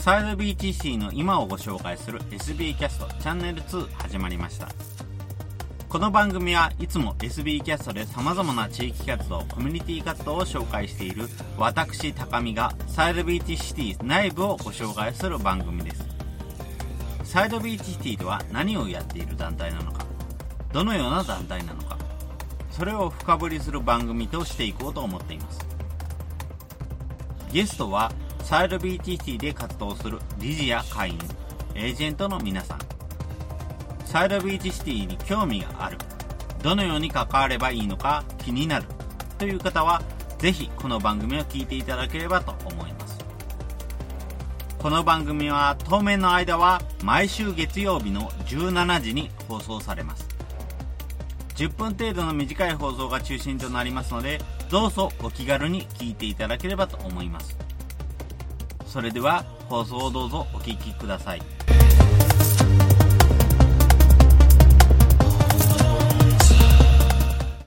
サイドビーチシティの今をご紹介する SB キャストチャンネル2始まりました。この番組はいつも SB キャストで様々な地域活動、コミュニティ活動を紹介している私高見がサイドビーチシティ内部をご紹介する番組です。サイドビーチシティでは何をやっている団体なのか、どのような団体なのか、それを深掘りする番組としていこうと思っています。ゲストはサイドビーチシティで活動する理事や会員、エージェントの皆さん、サイドビーチシティに興味がある、どのように関わればいいのか気になるという方はぜひこの番組を聞いていただければと思います。この番組は当面の間は毎週月曜日の17時に放送されます。10分程度の短い放送が中心となりますので、どうぞお気軽に聞いていただければと思います。それでは放送をどうぞお聞きください。